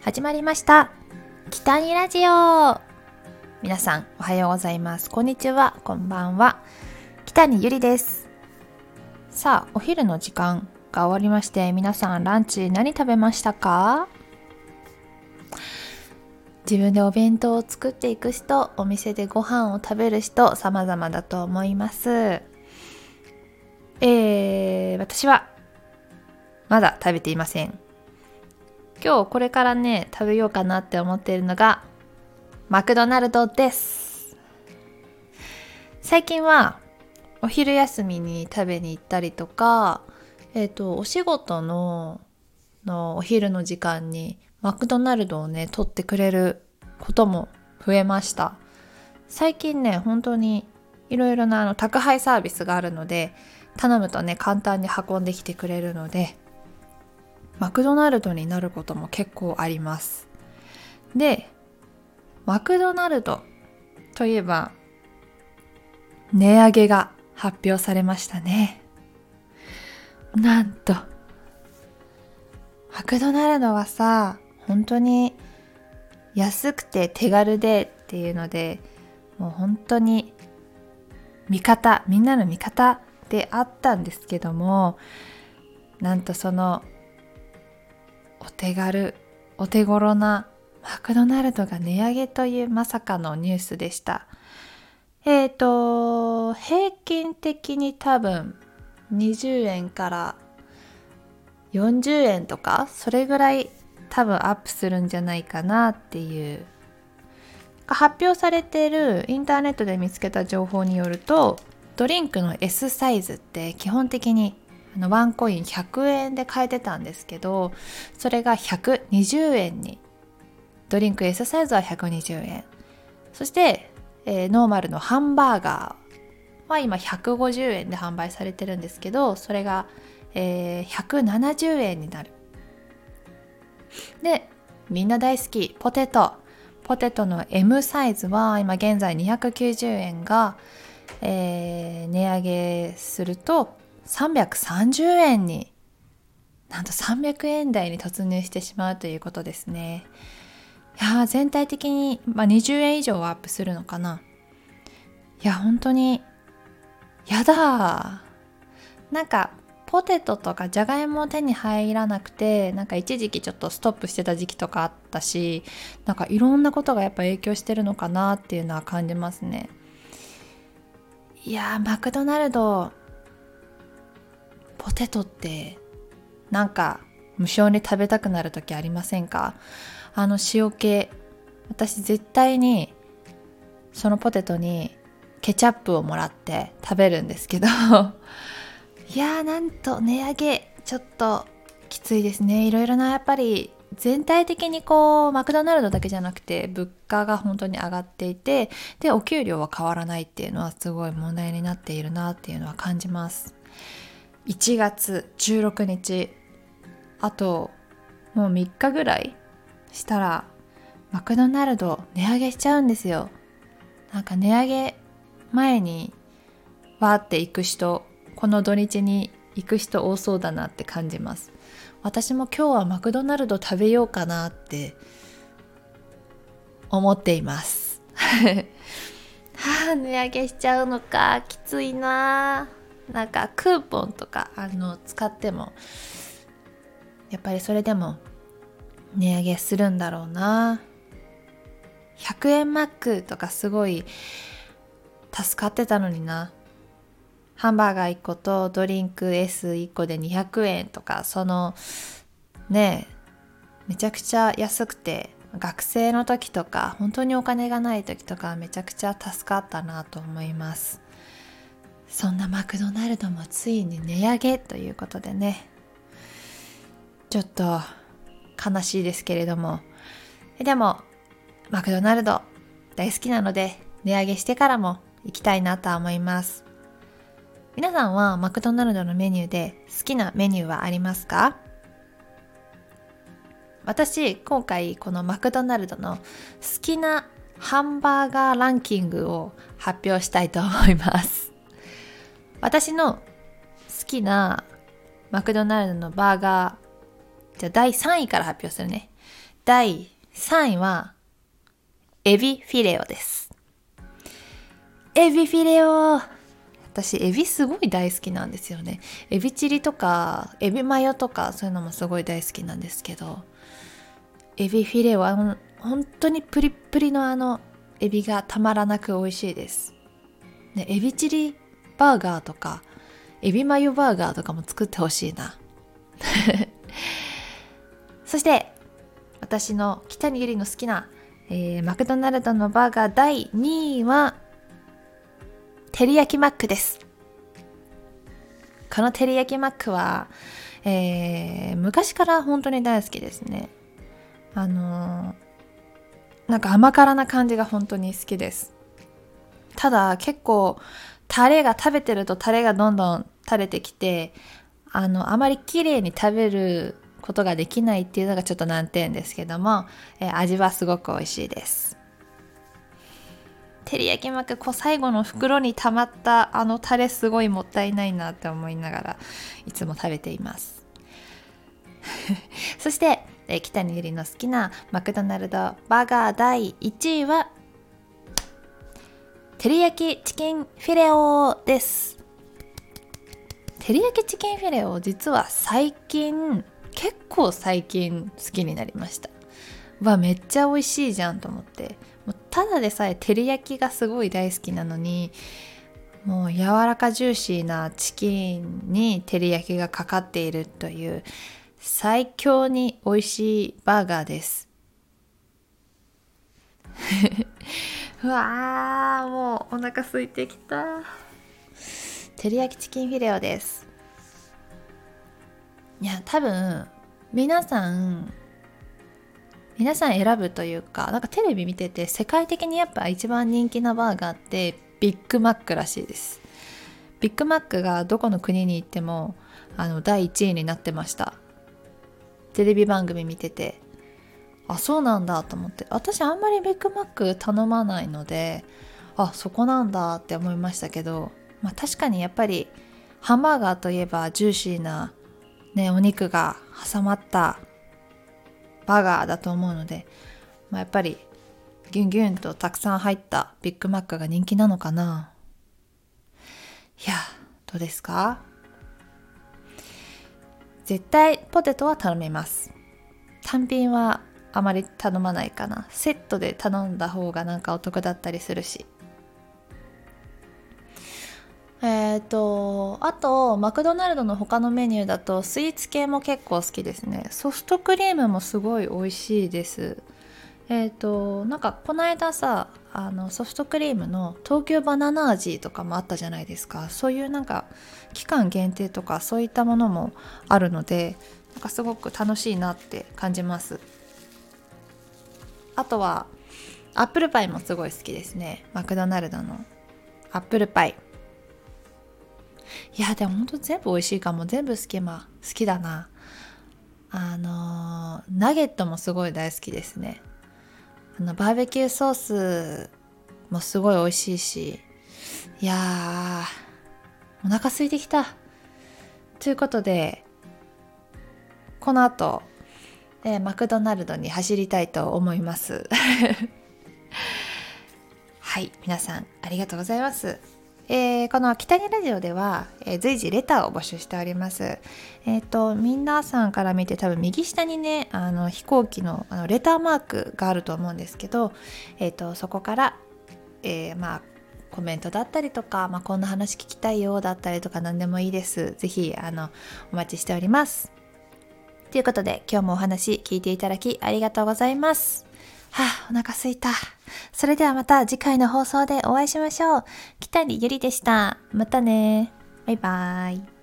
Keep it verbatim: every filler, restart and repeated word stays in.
始まりました北にラジオ。皆さんおはようございます、こんにちは、こんばんは。北にゆりです。さあ、お昼の時間が終わりまして、皆さんランチ何食べましたか？自分でお弁当を作っていく人、お店でご飯を食べる人、様々だと思います。えー、私はまだ食べていません。今日これからね食べようかなって思っているのがマクドナルドです。最近はお昼休みに食べに行ったりとか、えっとお仕事ののお昼の時間にマクドナルドをね取ってくれることも増えました。最近ね本当にいろいろなあの宅配サービスがあるので、頼むとね簡単に運んできてくれるので、マクドナルドになることも結構あります。で、マクドナルドといえば値上げが発表されましたね。なんとマクドナルドはさ、本当に安くて手軽でっていうので、もう本当に味方、みんなの味方であったんですけども、なんとそのお手軽、お手頃なマクドナルドが値上げというまさかのニュースでした。えっと、平均的に多分にじゅうえんからよんじゅうえんとか、それぐらい多分アップするんじゃないかなっていう。発表されているインターネットで見つけた情報によると、ドリンクの S サイズって基本的にワンコインひゃくえんで買えてたんですけど、それがひゃくにじゅうえんに、ドリンク S サイズはひゃくにじゅうえん、そして、えー、ノーマルのハンバーガーは今ひゃくごじゅうえんで販売されてるんですけど、それが、えー、ひゃくななじゅうえんになる。で、みんな大好きポテトポテトの M サイズは今現在にひゃくきゅうじゅうえんが、えー、値上げするとさんびゃくさんじゅうえんに、なんとさんびゃくえん台に突入してしまうということですね。いや全体的に、まあ、にじゅうえん以上はアップするのかな。いや本当にやだ。なんかポテトとかじゃがいも手に入らなくて、なんか一時期ちょっとストップしてた時期とかあったし、なんかいろんなことがやっぱ影響してるのかなっていうのは感じますね。いやーマクドナルドポテトってなんか無性に食べたくなる時ありませんか？あの塩気、私絶対にそのポテトにケチャップをもらって食べるんですけどいやーなんと値上げちょっときついですね。いろいろなやっぱり全体的にこうマクドナルドだけじゃなくて物価が本当に上がっていて、でお給料は変わらないっていうのはすごい問題になっているなっていうのは感じます。いちがつじゅうろくにち、あともうみっかぐらいしたらマクドナルド値上げしちゃうんですよ。なんか値上げ前にわーって行く人、この土日に行く人多そうだなって感じます。私も今日はマクドナルド食べようかなって思っていますはあ、値上げしちゃうのか、きついな。なんかクーポンとかあの使ってもやっぱりそれでも値上げするんだろうな。ひゃくえんマックとかすごい助かってたのにな。ハンバーガーいっことドリンク エスいっこでにひゃくえんとか、そのねえめちゃくちゃ安くて、学生の時とか本当にお金がない時とかめちゃくちゃ助かったなと思います。そんなマクドナルドもついに値上げということでね、ちょっと悲しいですけれども、でもマクドナルド大好きなので値上げしてからも行きたいなとは思います。皆さんはマクドナルドのメニューで好きなメニューはありますか？私今回このマクドナルドの好きなハンバーガーランキングを発表したいと思います。私の好きなマクドナルドのバーガー、じゃあだいさんいから発表するね。 だいさんいはエビフィレオです。エビフィレオ、私エビすごい大好きなんですよね。エビチリとかエビマヨとかそういうのもすごい大好きなんですけど、エビフィレオは本当にプリップリのあのエビがたまらなく美味しいです、ね、エビチリバーガーとかエビマヨバーガーとかも作ってほしいなそして私の北にゆりの好きな、えー、マクドナルドのバーガーだいにいは照り焼きマックです。この照り焼きマックは、えー、昔から本当に大好きですね。あのー、なんか甘辛な感じが本当に好きです。ただ結構タレが食べてるとタレがどんどん垂れてきて、あのあまり綺麗に食べることができないっていうのがちょっと難点ですけども、えー、味はすごく美味しいです。照り焼きマック、こう最後の袋に溜まったあのタレすごいもったいないなって思いながらいつも食べていますそして、えー、北にゆりの好きなマクドナルドバーガーだいいちいは照り焼きチキンフィレオです。照り焼きチキンフィレオ、実は最近結構最近好きになりました。わ、めっちゃ美味しいじゃんと思って、もうただでさえ照り焼きがすごい大好きなのに、もう柔らかジューシーなチキンに照り焼きがかかっているという最強に美味しいバーガーですうわー、もうお腹空いてきた。照り焼きチキンフィレオです。いや、多分皆さん皆さん選ぶというか、なんかテレビ見てて世界的にやっぱ一番人気なバーガーってビッグマックらしいです。ビッグマックがどこの国に行ってもあのだいいちいになってました。テレビ番組見てて、あ、そうなんだと思って、私あんまりビッグマック頼まないので、あ、そこなんだって思いましたけど、まあ確かにやっぱりハンバーガーといえばジューシーなね、お肉が挟まったバーガーだと思うので、まあ、やっぱりギュンギュンとたくさん入ったビッグマックが人気なのかな。いや、どうですか？絶対ポテトは頼みます。単品はあまり頼まないかな。セットで頼んだ方がなんかお得だったりするし。えっと、あとマクドナルドの他のメニューだとスイーツ系も結構好きですね。ソフトクリームもすごい美味しいです。えっとなんかこの間さ、あのソフトクリームの東京バナナ味とかもあったじゃないですか。そういうなんか期間限定とかそういったものもあるので、なんかすごく楽しいなって感じます。あとはアップルパイもすごい好きですね。マクドナルドのアップルパイ、いやでも本当全部美味しいかも。全部好き、ま好きだな。あのー、ナゲットもすごい大好きですね。あのバーベキューソースもすごい美味しいし、いやーお腹空いてきた。ということでこの後、えー、マクドナルドに走りたいと思いますはい、皆さんありがとうございます。えー、この北にラジオでは、えー、随時レターを募集しております。えっと皆さんから見て多分右下にね、あの飛行機の、あのレターマークがあると思うんですけど、えー、とそこから、えー、まあコメントだったりとか、まあ、こんな話聞きたいよだったりとか何でもいいです。ぜひあのお待ちしております。ということで今日もお話聞いていただきありがとうございます。はあ、お腹すいた。それではまた次回の放送でお会いしましょう。北にゆりでした。またね。バイバイ。